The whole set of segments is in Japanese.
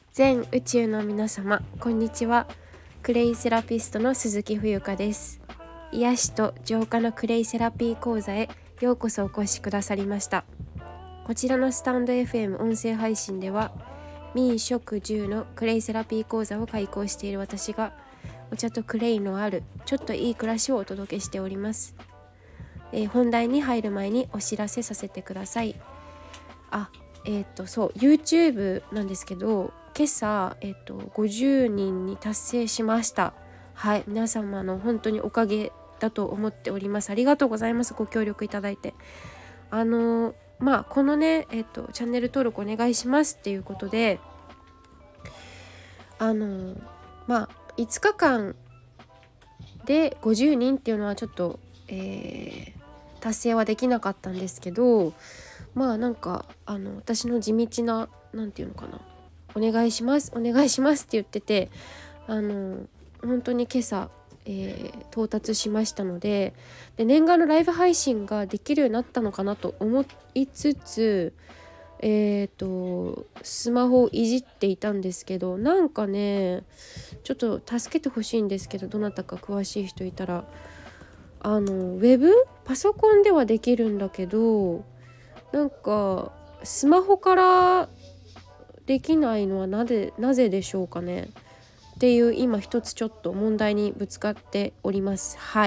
全宇宙の皆様、こんにちは。クレイセラピストの鈴木冬香です。癒しと浄化のクレイセラピー講座へようこそお越しくださりました。こちらのスタンド FM 音声配信では、民食住のクレイセラピー講座を開講している私が、お茶とクレイのあるちょっといい暮らしをお届けしております。本題に入る前にお知らせさせてください。そう YouTube なんですけど、今朝、50人に達成しました。はい、皆様の本当におかげだと思っております。ありがとうございます。ご協力いただいて、このね、チャンネル登録お願いしますっていうことで、5日間で50人っていうのはちょっと、達成はできなかったんですけど、私の地道な、なんていうのかな、お願いしますって言ってて、本当に今朝、到達しましたので、念願のライブ配信ができるようになったのかなと思いつつ、スマホをいじっていたんですけど、なんかね、ちょっと助けてほしいんですけど、どなたか詳しい人いたら、ウェブパソコンではできるんだけど、なんかスマホからできないのはなぜでしょうかねっていう、今一つちょっと問題にぶつかっております。はい。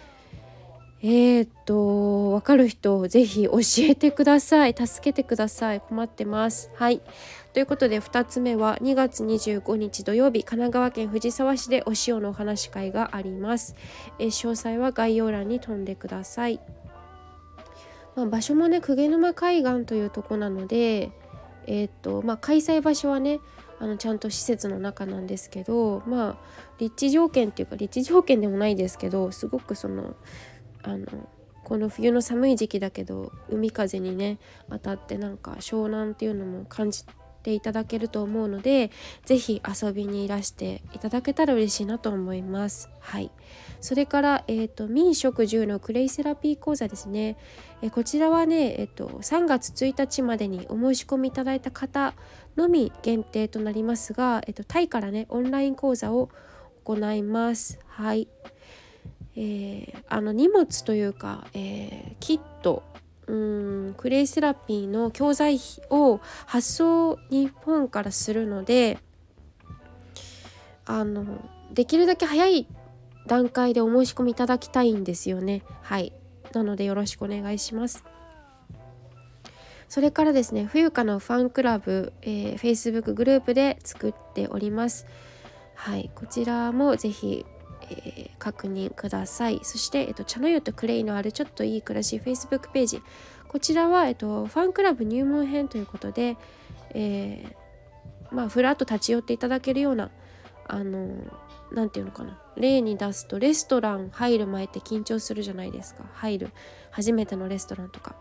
わかる人ぜひ教えてください。助けてください。困ってます。はい。ということで、2つ目は2月25日土曜日、神奈川県藤沢市でお塩のお話し会があります。詳細は概要欄に飛んでください。場所もね、鵠沼海岸というとこなので、開催場所はね、ちゃんと施設の中なんですけど、立地条件っていうか、立地条件でもないですけど、すごくこの冬の寒い時期だけど、海風にね当たって、なんか湘南っていうのも感じていただけると思うので、ぜひ遊びにいらしていただけたら嬉しいなと思います。はい。それから、民食住のクレイセラピー講座ですね。こちらはね、3月1日までにお申し込みいただいた方のみ限定となりますが、タイからねオンライン講座を行います。はい。荷物というか、キット、クレイセラピーの教材を発送日本からするので、できるだけ早い段階でお申し込みいただきたいんですよね。はい。なのでよろしくお願いします。それからですね、冬香のファンクラブ、Facebook グループで作っております。はい。こちらもぜひ確認ください。そして、茶の湯とクレイのあるちょっといい暮らし Facebook ページ、こちらは、ファンクラブ入門編ということで、ふらっと立ち寄っていただけるような、なんていうのかな、例に出すと、レストラン入る前って緊張するじゃないですか。初めてのレストランとか、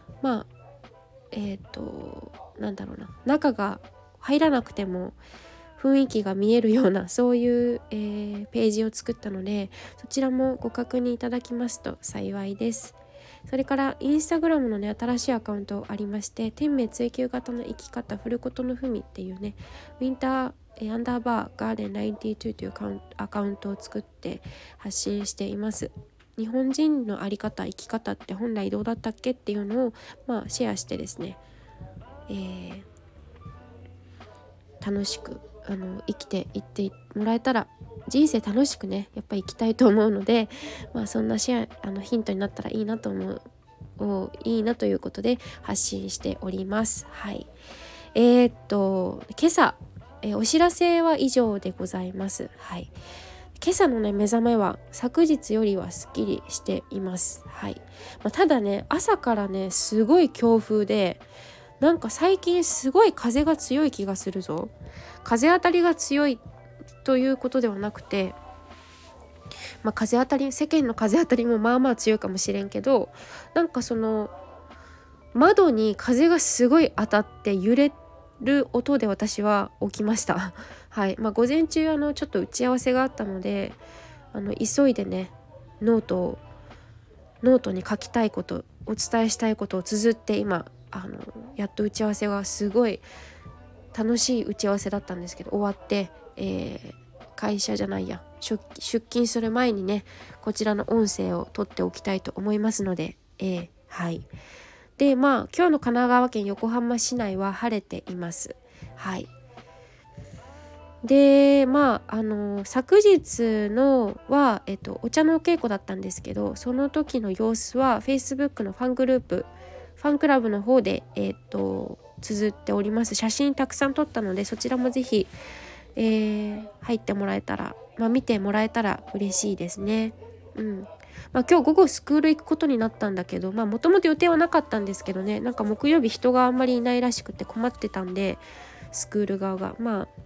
なんだろうな、中が入らなくても雰囲気が見えるような、そういう、ページを作ったので、そちらもご確認いただきますと幸いです。それからインスタグラムのね、新しいアカウントありまして、天命追求型の生き方フルコトのふみっていうね、ウィンターアンダーバーガーデン92というアカウントを作って発信しています。日本人の在り方、生き方って本来どうだったっけっていうのを、シェアしてですね、楽しく生きていってもらえたら、人生楽しくねやっぱり生きたいと思うので、そんなシェアヒントになったらいいなということで発信しております。はい。今朝、お知らせは以上でございます。はい。今朝のね目覚めは昨日よりはすっきりしています。はい。ただね、朝からねすごい強風で、なんか最近すごい風が強い気がするぞ。風当たりが強いということではなくて、世間の風当たりもまあまあ強いかもしれんけど、なんかその窓に風がすごい当たって揺れる音で私は起きました。はい。午前中ちょっと打ち合わせがあったので、急いでねノートに書きたいこと、お伝えしたいことを綴って、今やっと打ち合わせがすごい楽しい打ち合わせだったんですけど、終わって、会社じゃないや出勤する前にね、こちらの音声を取っておきたいと思いますので、はい。で今日の神奈川県横浜市内は晴れています。はい。で昨日のは、お茶のお稽古だったんですけど、その時の様子は Facebook のファングループファンクラブの方で綴っております。写真たくさん撮ったので、そちらもぜひ、入ってもらえたら、見てもらえたら嬉しいですね。今日午後スクール行くことになったんだけど、もともと予定はなかったんですけどね、なんか木曜日人があんまりいないらしくて困ってたんで、スクール側が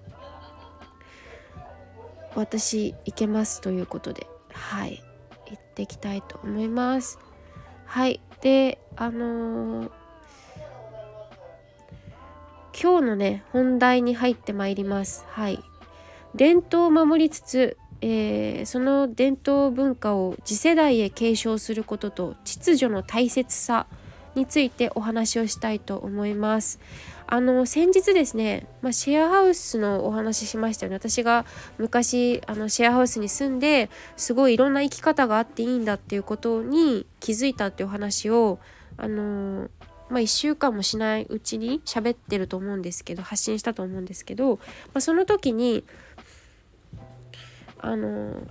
私行けますということで、はい、行ってきたいと思います。はい。で今日のね本題に入ってまいります。はい。伝統を守りつつ、その伝統文化を次世代へ継承することと秩序の大切さについてお話をしたいと思います。先日ですね、シェアハウスのお話しましたよね。私が昔シェアハウスに住んですごいいろんな生き方があっていいんだっていうことに気づいたっていうお話を1週間もしないうちに喋ってると思うんですけど、発信したと思うんですけど、その時に懐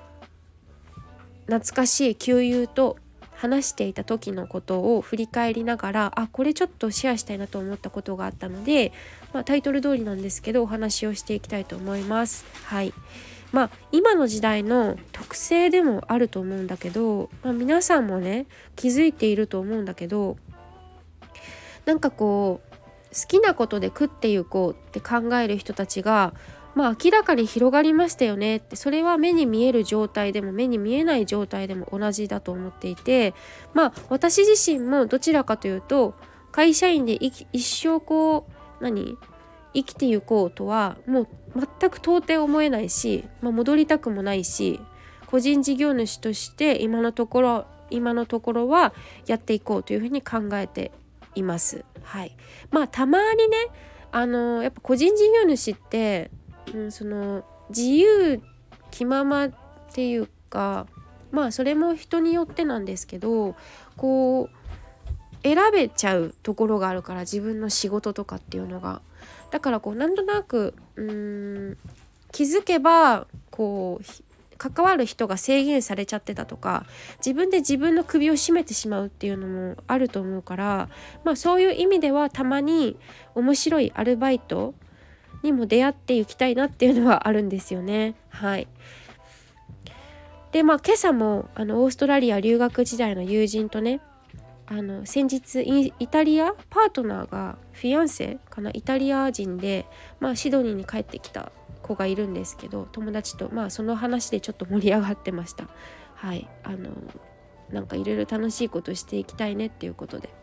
かしい旧友と話していた時のことを振り返りながら、これちょっとシェアしたいなと思ったことがあったので、タイトル通りなんですけどお話をしていきたいと思います。はい。今の時代の特性でもあると思うんだけど、皆さんもね気づいていると思うんだけど、なんかこう好きなことで食っていこうって考える人たちが明らかに広がりましたよねって。それは目に見える状態でも目に見えない状態でも同じだと思っていて、私自身もどちらかというと会社員で一生生きていこうとはもう全く到底思えないし、戻りたくもないし、個人事業主として今のところはやっていこうというふうに考えています。はい。たまにねやっぱ個人事業主ってその自由気ままっていうか、それも人によってなんですけど、こう選べちゃうところがあるから、自分の仕事とかっていうのが、だからなんとなく気づけば関わる人が制限されちゃってたとか、自分で自分の首を絞めてしまうっていうのもあると思うから、そういう意味ではたまに面白いアルバイトにも出会っていきたいなっていうのはあるんですよね。はい。で今朝もオーストラリア留学時代の友人とね、先日イタリアパートナーがフィアンセかな、イタリア人で、シドニーに帰ってきた子がいるんですけど、友達とその話でちょっと盛り上がってました。はい。なんかいろいろ楽しいことしていきたいねっていうことで、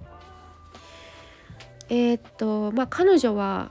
彼女は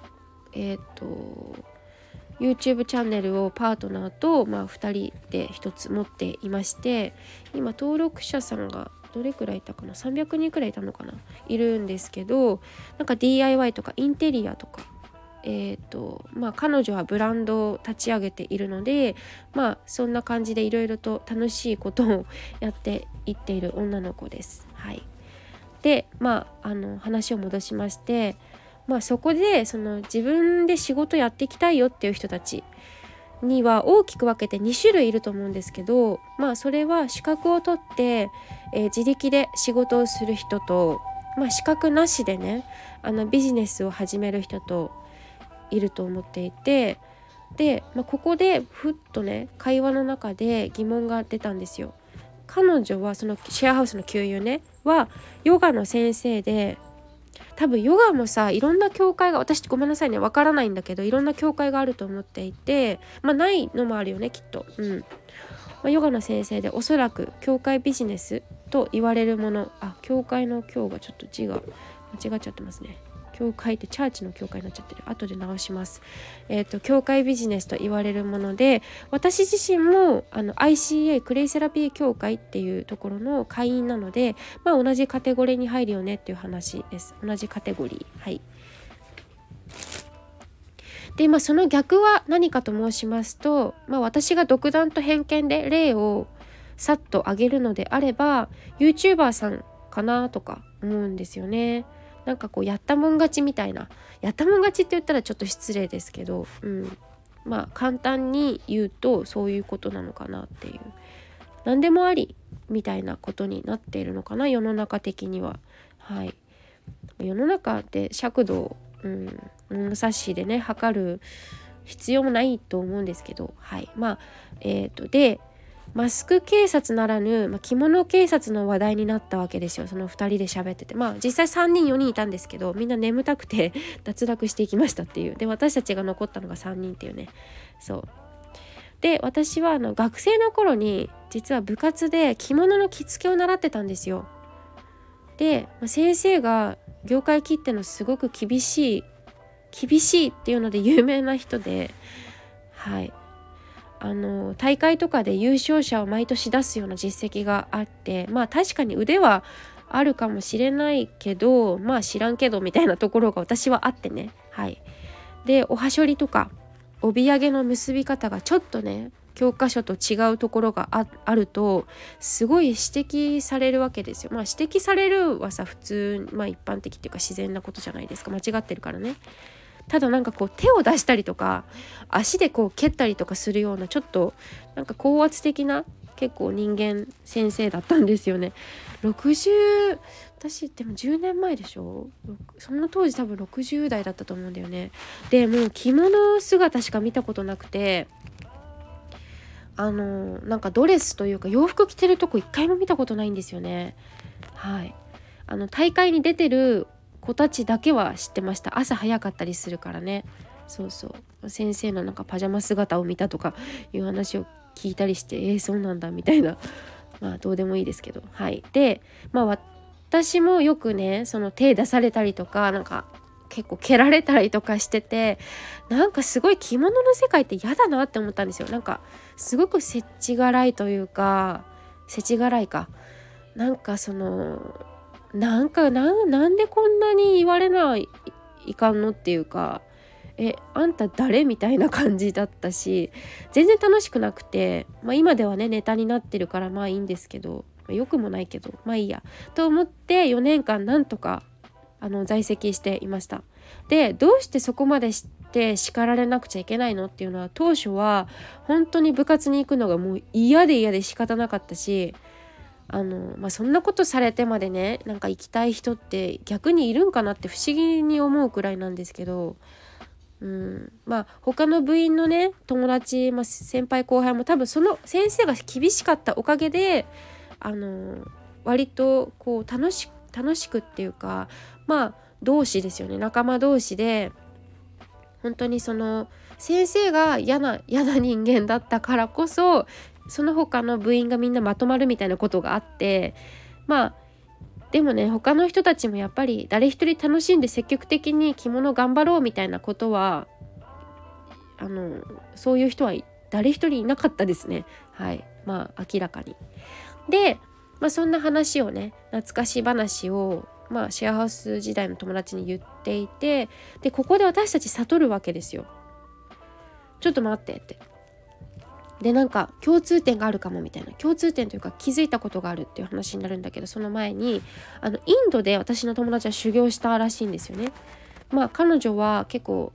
YouTube チャンネルをパートナーと、2人で1つ持っていまして、今登録者さんがどれくらいいたかな、300人くらいいたのかな、いるんですけど、なんか DIY とかインテリアとか彼女はブランドを立ち上げているので、そんな感じでいろいろと楽しいことをやっていっている女の子です。はい。で話を戻しまして、そこで自分で仕事やっていきたいよっていう人たちには大きく分けて2種類いると思うんですけど、それは資格を取って、自力で仕事をする人と、資格なしでねビジネスを始める人といると思っていて、で、ここでふっとね会話の中で疑問が出たんですよ。彼女はそのシェアハウスの給油ねはヨガの先生で、多分ヨガもさいろんな教会が、私ごめんなさいねわからないんだけど、いろんな教会があると思っていて、ないのもあるよねきっと。ヨガの先生で、おそらく教会ビジネスと言われるもの、教会の教がちょっと字が間違っちゃってますね。教会ってチャーチの教会になっちゃってる。後で直します。教会ビジネスと言われるもので、私自身もICA クレイセラピー協会っていうところの会員なので、同じカテゴリーに入るよねっていう話です。同じカテゴリー。はい。 でその逆は何かと申しますと、私が独断と偏見で例をさっと挙げるのであれば YouTuber さんかなとか思うんですよね。なんかこうやったもん勝ちみたいな、やったもん勝ちって言ったらちょっと失礼ですけど、簡単に言うとそういうことなのかなっていう、何でもありみたいなことになっているのかな、世の中的には。はい、世の中って尺度を物差しでね測る必要もないと思うんですけど、でマスク警察ならぬ、着物警察の話題になったわけですよ。その2人で喋ってて、実際3人4人いたんですけど、みんな眠たくて脱落していきましたっていう。で私たちが残ったのが3人っていうね。そうで、私は学生の頃に実は部活で着物の着付けを習ってたんですよ。で、先生が業界きってのすごく厳しいっていうので有名な人で、大会とかで優勝者を毎年出すような実績があって、確かに腕はあるかもしれないけど、知らんけどみたいなところが私はあってね。でおはしょりとか帯揚げの結び方がちょっとね教科書と違うところが あるとすごい指摘されるわけですよ。指摘されるはさ普通、一般的っていうか自然なことじゃないですか。間違ってるからね。ただこう手を出したりとか足でこう蹴ったりとかするようなちょっと高圧的な結構人間先生だったんですよね。私でも10年前でしょ。その当時多分60代だったと思うんだよね。でもう着物姿しか見たことなくて、ドレスというか洋服着てるとこ一回も見たことないんですよね。大会に出てる子たちだけは知ってました。朝早かったりするからね。先生のパジャマ姿を見たとかいう話を聞いたりして、そうなんだみたいな、どうでもいいですけど。で私もよくねその手出されたりとか結構蹴られたりとかしてて、すごい着物の世界って嫌だなって思ったんですよ。すごく世知辛いというか、世知辛いかなんでこんなに言われないかんのっていうか、あんた誰みたいな感じだったし、全然楽しくなくて、今ではねネタになってるからいいんですけど、よくもないけどいいやと思って4年間なんとか在籍していました。でどうしてそこまでして叱られなくちゃいけないのっていうのは、当初は本当に部活に行くのがもう嫌で仕方なかったし、そんなことされてまでね行きたい人って逆にいるんかなって不思議に思うくらいなんですけど、他の部員のね友達、先輩後輩も多分その先生が厳しかったおかげで割とこう楽しくっていうか、同士ですよね、仲間同士で本当にその先生が嫌な人間だったからこそ、その他の部員がみんなまとまるみたいなことがあって、でもね他の人たちもやっぱり誰一人楽しんで積極的に着物頑張ろうみたいなことはそういう人は誰一人いなかったですね。明らかに。で、そんな話をね懐かし話をシェアハウス時代の友達に言っていて、でここで私たち悟るわけですよ。ちょっと待ってって。で共通点があるかもみたいな、共通点というか気づいたことがあるっていう話になるんだけど、その前にインドで私の友達は修行したらしいんですよね。彼女は結構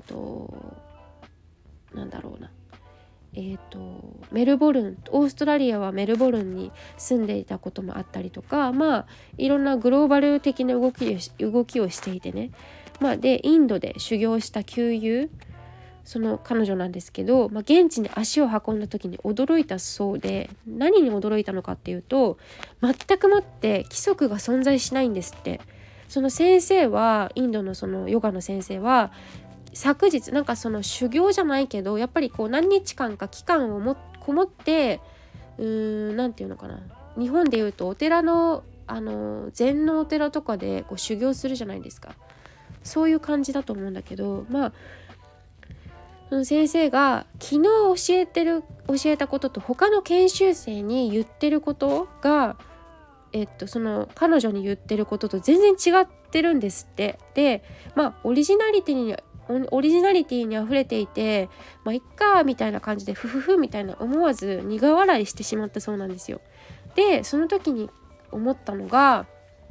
メルボルン、オーストラリアはメルボルンに住んでいたこともあったりとか、いろんなグローバル的な動きをしていてね、でインドで修行した旧友、その彼女なんですけど、現地に足を運んだ時に驚いたそうで、何に驚いたのかっていうと、全くもって規則が存在しないんですって。その先生はインドのそのヨガの先生は昨日その修行じゃないけどやっぱりこう何日間か期間をこもってなんていうのかな、日本でいうとお寺の禅のお寺とかでこう修行するじゃないですか。そういう感じだと思うんだけど、その先生が昨日教えたことと他の研修生に言ってることがその彼女に言ってることと全然違ってるんですって。でオリジナリティにオリジナリティにあふれていて、まあいっかみたいな感じでフフフみたいな思わず苦笑いしてしまったそうなんですよ。でその時に思ったのが、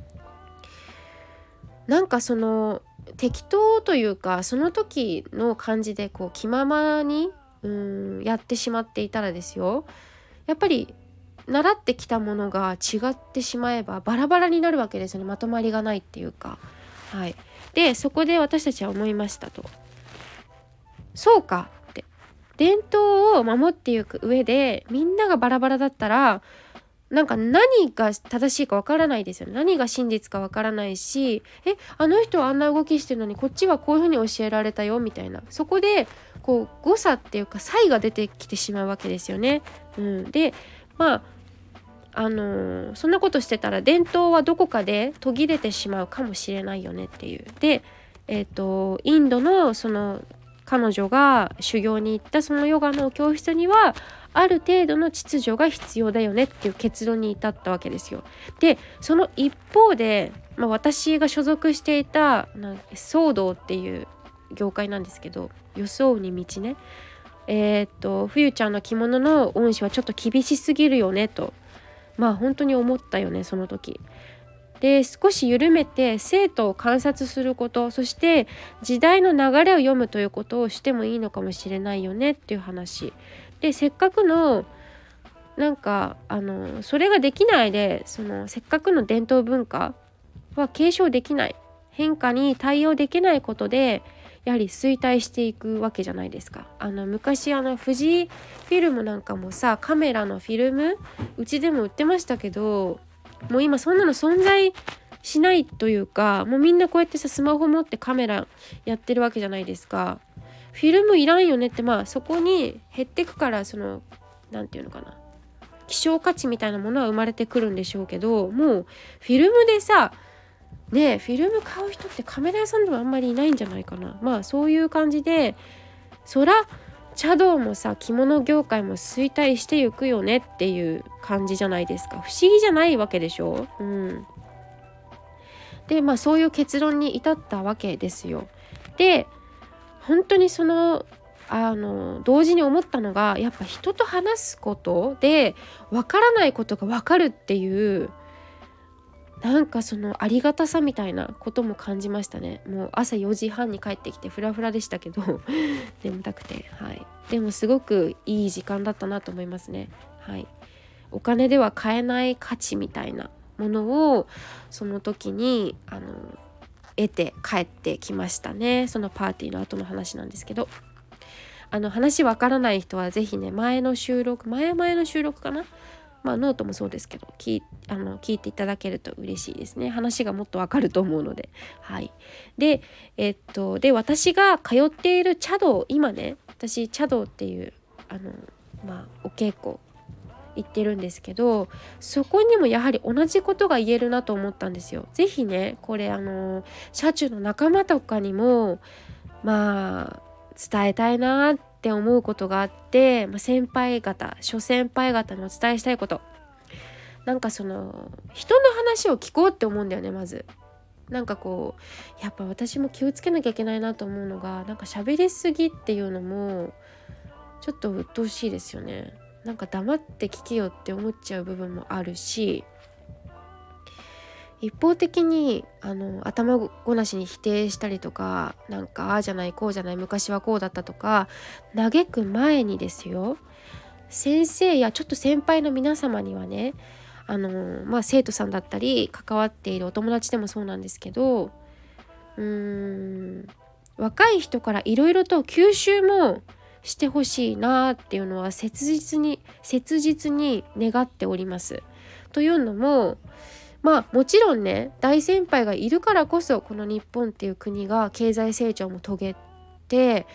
なんかその適当というか、その時の感じでこう気ままにやってしまっていたらですよ、やっぱり習ってきたものが違ってしまえばバラバラになるわけですよね。まとまりがないっていうか。はい。でそこで私たちは思いましたと。そうかって、伝統を守っていく上でみんながバラバラだったら、なんか何が正しいかわからないですよね。何が真実かわからないし、あの人はあんな動きしてるのにこっちはこういうふうに教えられたよみたいな、そこでこう誤差っていうか差異が出てきてしまうわけですよね。でまあそんなことしてたら伝統はどこかで途切れてしまうかもしれないよねっていう。でインドのその彼女が修行に行ったそのヨガの教室にはある程度の秩序が必要だよねっていう結論に至ったわけですよ。でその一方で、私が所属していた騒動っていう業界なんですけど、装うに道ね、冬ちゃんの着物の恩師はちょっと厳しすぎるよねと本当に思ったよねその時。で少し緩めて生徒を観察すること、そして時代の流れを読むということをしてもいいのかもしれないよねっていう話で、せっかくのそれができないで、そのせっかくの伝統文化は継承できない、変化に対応できないことでやはり衰退していくわけじゃないですか。昔富士フィルムなんかもさ、カメラのフィルムうちでも売ってましたけど、もう今そんなの存在しないというか、もうみんなこうやってさスマホ持ってカメラやってるわけじゃないですか。フィルムいらんよねって、そこに減ってくから、そのなんていうのかな、希少価値みたいなものは生まれてくるんでしょうけど、もうフィルムでさフィルム買う人ってカメラ屋さんでもあんまりいないんじゃないかな。そういう感じで、そら茶道もさ着物業界も衰退していくよねっていう感じじゃないですか。不思議じゃないわけでしょ。でそういう結論に至ったわけですよ。で本当に同時に思ったのが、やっぱ人と話すことでわからないことがわかるっていう、そのありがたさみたいなことも感じましたね。もう朝4時半に帰ってきてフラフラでしたけど眠たくて、でもすごくいい時間だったなと思いますね。お金では買えない価値みたいなものをその時に得て帰ってきましたね。そのパーティーの後の話なんですけど、話わからない人はぜひね、前々の収録かな、ノートもそうですけど聞いていただけると嬉しいですね。話がもっとわかると思うので。で私が通っている茶道、今ね、私茶道っていうお稽古行ってるんですけど、そこにもやはり同じことが言えるなと思ったんですよ。ぜひねこれ社中の仲間とかにも伝えたいなって思うことがあって、先輩方諸先輩方にお伝えしたいこと、その人の話を聞こうって思うんだよね。まずやっぱ私も気をつけなきゃいけないなと思うのが、喋りすぎっていうのもちょっと鬱陶しいですよね。黙って聞けよって思っちゃう部分もあるし、一方的に頭ごなしに否定したりとか、ああじゃないこうじゃない、昔はこうだったとか嘆く前にですよ、先生やちょっと先輩の皆様にはね、生徒さんだったり関わっているお友達でもそうなんですけど、若い人からいろいろと吸収もしてほしいなっていうのは切実に願っております。というのももちろんね、大先輩がいるからこそこの日本っていう国が経済成長も遂げて、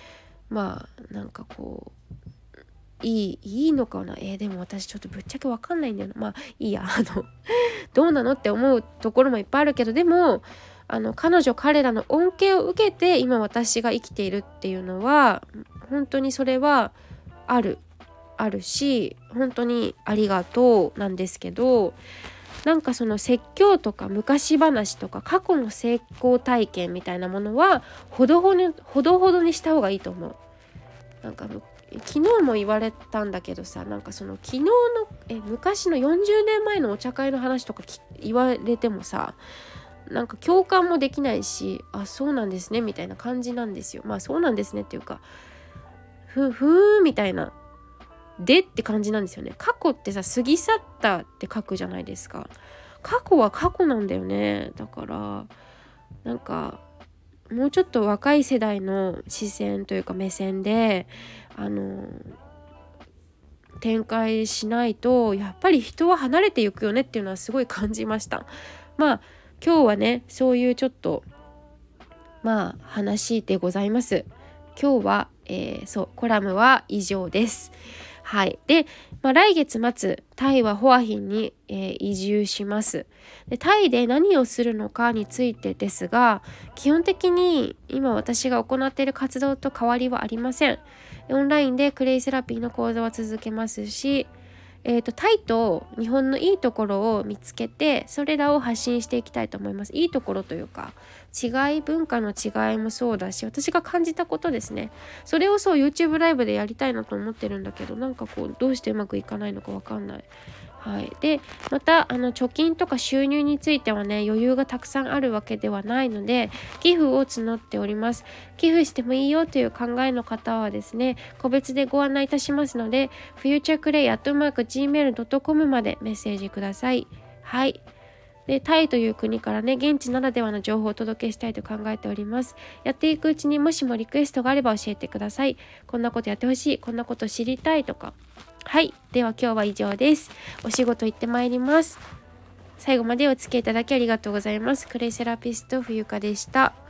いいのかな。でも私ちょっとぶっちゃけ分かんないんだよな。いいやどうなのって思うところもいっぱいあるけど、でも彼らの恩恵を受けて今私が生きているっていうのは本当にそれはあるし、本当にありがとうなんですけど、 なんかその説教とか昔話とか過去の成功体験みたいなものはほどほどにした方がいいと思う。なんか昨日も言われたんだけどさ、なんかその昨日の昔の40年前のお茶会の話とか言われてもさ、なんか共感もできないし、あ、そうなんですねみたいな感じなんですよ。まあそうなんですねっていうか、ふーみたいなでって感じなんですよね。過去ってさ、過ぎ去ったって書くじゃないですか。過去は過去なんだよね。だからなんかもうちょっと若い世代の視線というか目線で展開しないと、やっぱり人は離れていくよねっていうのはすごい感じました。まあ今日はね、そういうちょっと話でございます。今日は、コラムは以上です。はい。で、来月末タイはホアヒンに、移住します。で、タイで何をするのかについてですが、基本的に今私が行っている活動と変わりはありません。オンラインでクレイセラピーの講座は続けますし、タイと日本のいいところを見つけて、それらを発信していきたいと思います。いいところというか文化の違いもそうだし、私が感じたことですね。それをYouTube ライブでやりたいなと思ってるんだけど、なんかどうしてうまくいかないのかわかんない。はい。で、また貯金とか収入についてはね、余裕がたくさんあるわけではないので、寄付を募っております。寄付してもいいよという考えの方はですね、個別でご案内いたしますので、futureclay@gmail.com までメッセージください。はい。で、タイという国からね、現地ならではの情報をお届けしたいと考えております。やっていくうちにもしもリクエストがあれば教えてください。こんなことやってほしい、こんなこと知りたいとか。はい。では今日は以上です。お仕事行ってまいります。最後までお付き合いいただきありがとうございます。クレイセラピスト冬香でした。